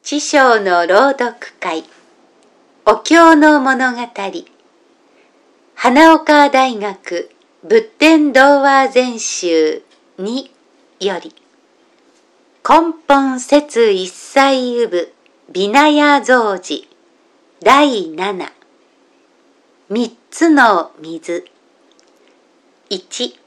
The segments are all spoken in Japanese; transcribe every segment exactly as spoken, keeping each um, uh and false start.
知性の朗読会、お経の物語、花岡大学仏典童話全集により、根本説一切有部ビナヤ増寺だいなな、三つの水。いち、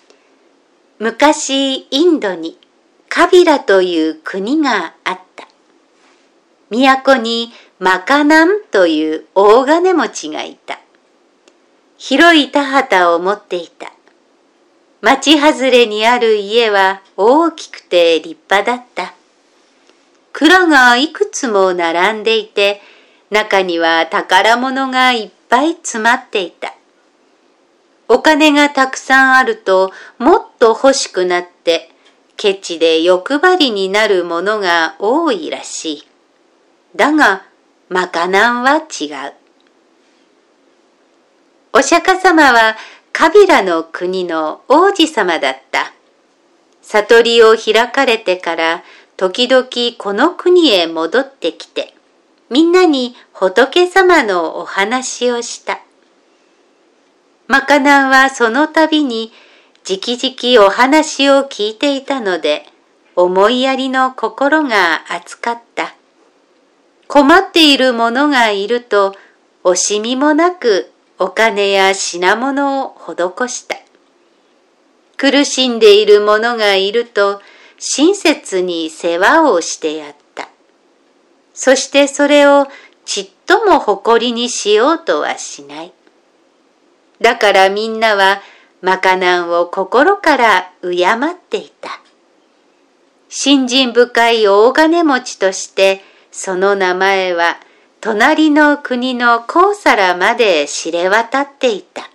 昔インドにカビラという国があった。都にマカナンという大金持ちがいた。広い田畑を持っていた。町外れにある家は大きくて立派だった。蔵がいくつも並んでいて、中には宝物がいっぱい詰まっていた。お金がたくさんあるともっと欲しくなって、ケチで欲張りになるものが多いらしい。だが、マカナンは違う。お釈迦様はカビラの国の王子様だった。悟りを開かれてから時々この国へ戻ってきて、みんなに仏様のお話をした。マカナンはその度にじきじきお話を聞いていたので、思いやりの心が熱かった。困っている者がいると惜しみもなくお金や品物を施した。苦しんでいる者がいると親切に世話をしてやった。そしてそれをちっとも誇りにしようとはしない。だからみんなはマカナンを心から敬っていた。信心深い大金持ちとしてその名前は隣の国のコウサラまで知れ渡っていた。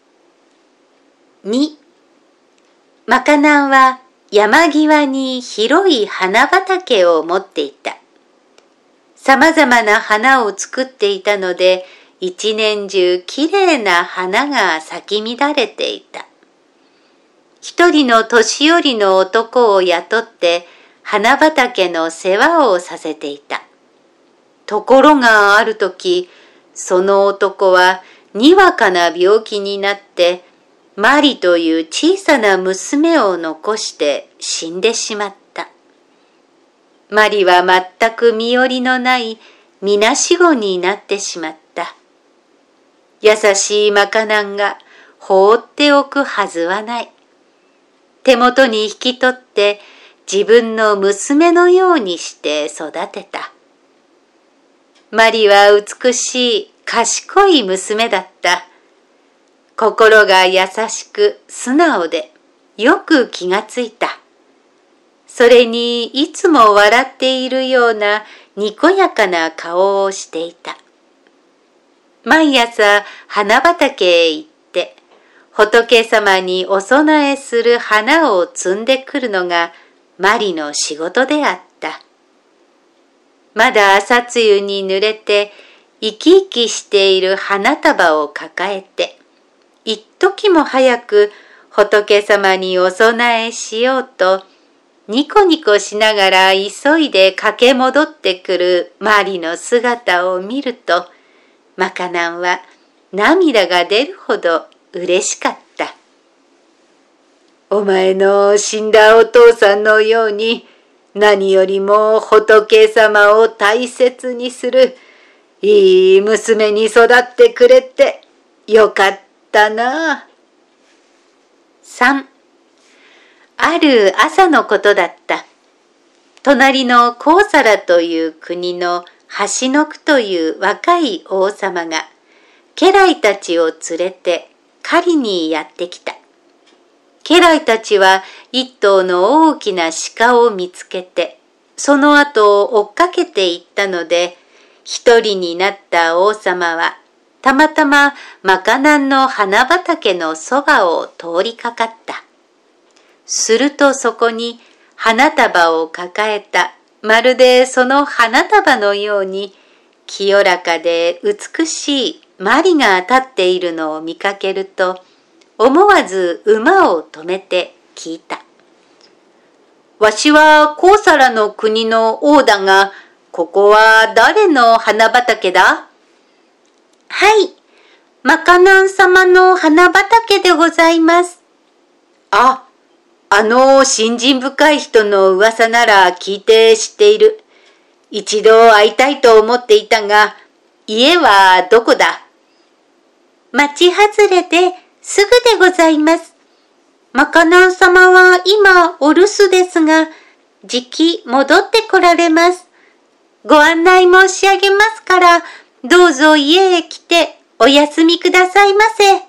に、マカナンは山際に広い花畑を持っていた。さまざまな花を作っていたので、一年中きれいな花が咲き乱れていた。一人の年寄りの男を雇って花畑の世話をさせていた。ところがあるとき、その男はにわかな病気になって、マリという小さな娘を残して死んでしまった。マリは全く身寄りのないみなしごになってしまった。優しいマカナンが放っておくはずはない。手元に引き取って自分の娘のようにして育てた。マリは美しい賢い娘だった。心が優しく素直でよく気がついた。それにいつも笑っているようなにこやかな顔をしていた。毎朝花畑へ行って仏様にお供えする花を摘んでくるのがマリの仕事であった。まだ朝露に濡れて生き生きしている花束を抱えて、一時も早く仏様にお供えしようと、ニコニコしながら急いで駆け戻ってくるマリの姿を見ると、マカナンは涙が出るほど嬉しかった。お前の死んだお父さんのように、何よりも仏様を大切にするいい娘に育ってくれてよかったな。さん、ある朝のことだった。隣のコウサラという国のハシノクという若い王様が家来たちを連れて狩りにやってきた。家来たちは一頭の大きな鹿を見つけて、その後を追っかけていったので、一人になった王様は、たまたまマカナンの花畑のそばを通りかかった。するとそこに花束を抱えた、まるでその花束のように、清らかで美しいマリが立っているのを見かけると、思わず馬を止めて聞いた。わしはコウサラの国の王だが、 ここは誰の花畑だ？ はい、マカナン様の花畑でございます。 あ、あの信心深い人の噂なら聞いて知っている。一度会いたいと思っていたが、家はどこだ？ 町外れですぐでございます。マカナン様は今お留守ですが、じき戻ってこられます。ご案内申し上げますから、どうぞ家へ来てお休みくださいませ。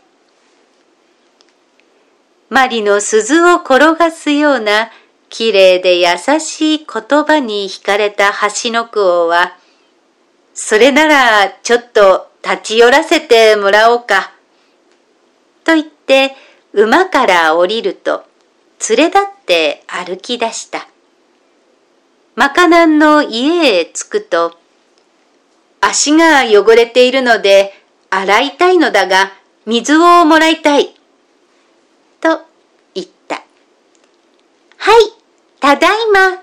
マリの鈴を転がすようなきれいで優しい言葉に惹かれた橋の句王は、それならちょっと立ち寄らせてもらおうか。と言って馬から降りると連れ立って歩き出した。マカナンの家へ着くと、足が汚れているので洗いたいのだが水をもらいたい。と言った。 はい、ただいま。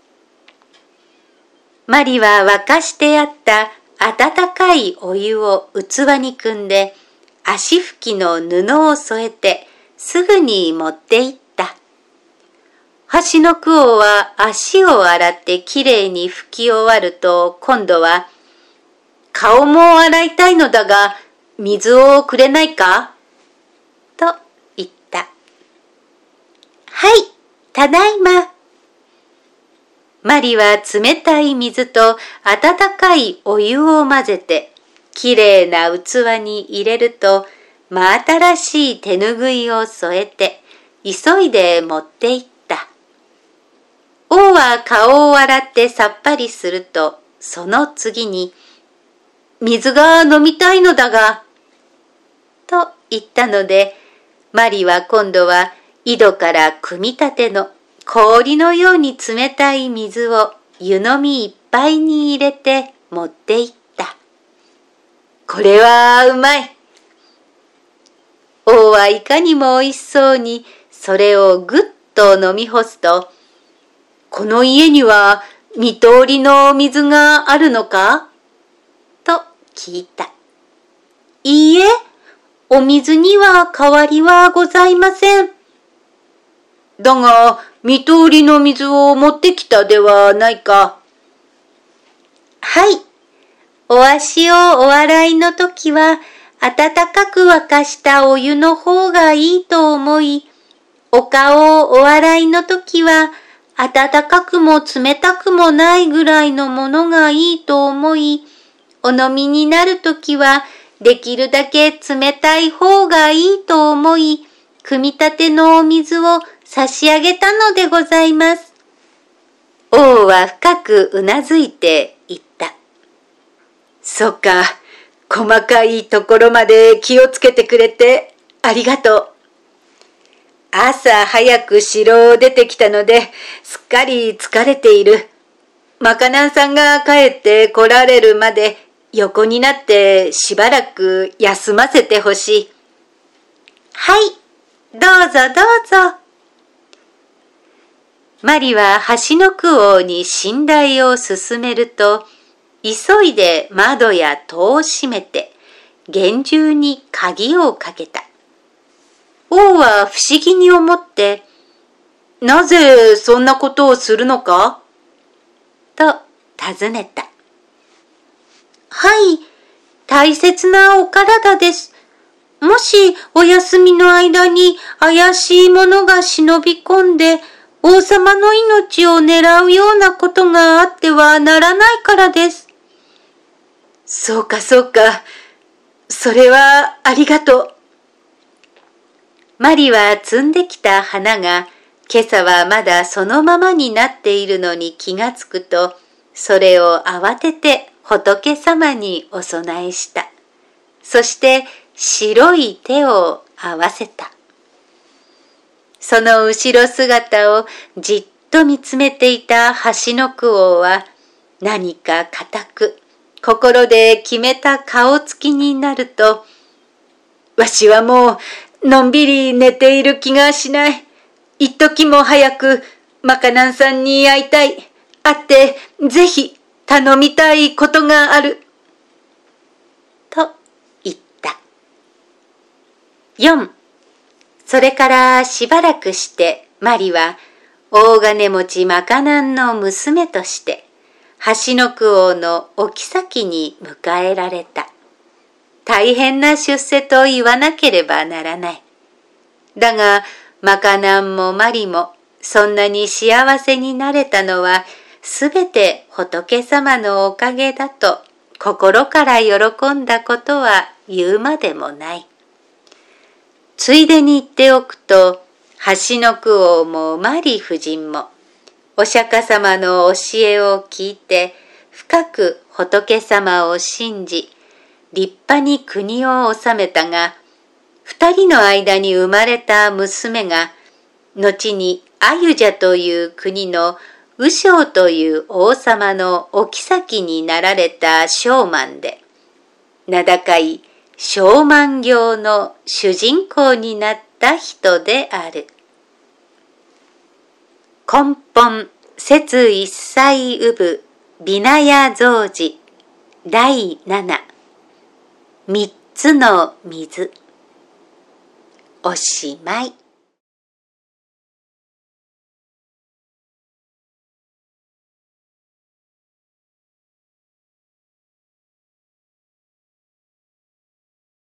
マリは沸かしてあった温かいお湯を器に汲んで、足拭きの布を添えてすぐに持って行った。橋の句王は足を洗ってきれいに拭き終わると、今度は、顔も洗いたいのだが、水をくれないか？と言った。 はい、ただいま。 マリは冷たい水と温かいお湯を混ぜて、きれいな器に入れると、真新しい手ぬぐいを添えて、急いで持って行った。王は顔を洗ってさっぱりすると、その次に、水が飲みたいのだが、と言ったので、マリは今度は井戸から汲みたての氷のように冷たい水を湯飲みいっぱいに入れて持って行った。これはうまい。王はいかにもおいしそうにそれをぐっと飲み干すと、この家には三通りのお水があるのか？と聞いた。 いいえ、お水には代わりはございません。 だが、三通りの水を持ってきたではないか。 はい。お足をお洗いのときは、温かく沸かしたお湯の方がいいと思い、お顔をお洗いのときは、温かくも冷たくもないぐらいのものがいいと思い、お飲みになるときは、できるだけ冷たい方がいいと思い、汲みたてのお水を差し上げたのでございます。 王は深くうなずいて言った。そっか、細かいところまで気をつけてくれてありがとう。朝早く城を出てきたので、すっかり疲れている。マカナンさんが帰って来られるまで横になってしばらく休ませてほしい。 はい、どうぞどうぞ。 マリは橋の句王に寝台を進めると、急いで窓や戸を閉めて、厳重に鍵をかけた。王は不思議に思って、なぜそんなことをするのか？と尋ねた。 はい、大切なお体です。もしお休みの間に怪しいものが忍び込んで、王様の命を狙うようなことがあってはならないからです。 そうかそうか。それはありがとう。マリは摘んできた花が今朝はまだそのままになっているのに気がつくと、それを慌てて仏様にお供えした。そして白い手を合わせた。その後ろ姿をじっと見つめていた橋の句王は、何か固く心で決めた顔つきになると、わしはもうのんびり寝ている気がしない。一時も早くマカナンさんに会いたい。会ってぜひ頼みたいことがある。 と言った。よん. それからしばらくしてマリは大金持ちマカナンの娘として橋の区王のお妃に迎えられた。大変な出世と言わなければならない。だがマカナンもマリもそんなに幸せになれたのはすべて仏様のおかげだと心から喜んだことは言うまでもない。ついでに言っておくと、橋の区王もマリ夫人もお釈迦様の教えを聞いて深く仏様を信じ、立派に国を治めたが、二人の間に生まれた娘が、後にアユジャという国のウショウという王様のお妃になられたショーマンで、名高いショーマン業の主人公になった人である。根本節一切有部ビナヤ増字だいなな。三つの水。おしまい。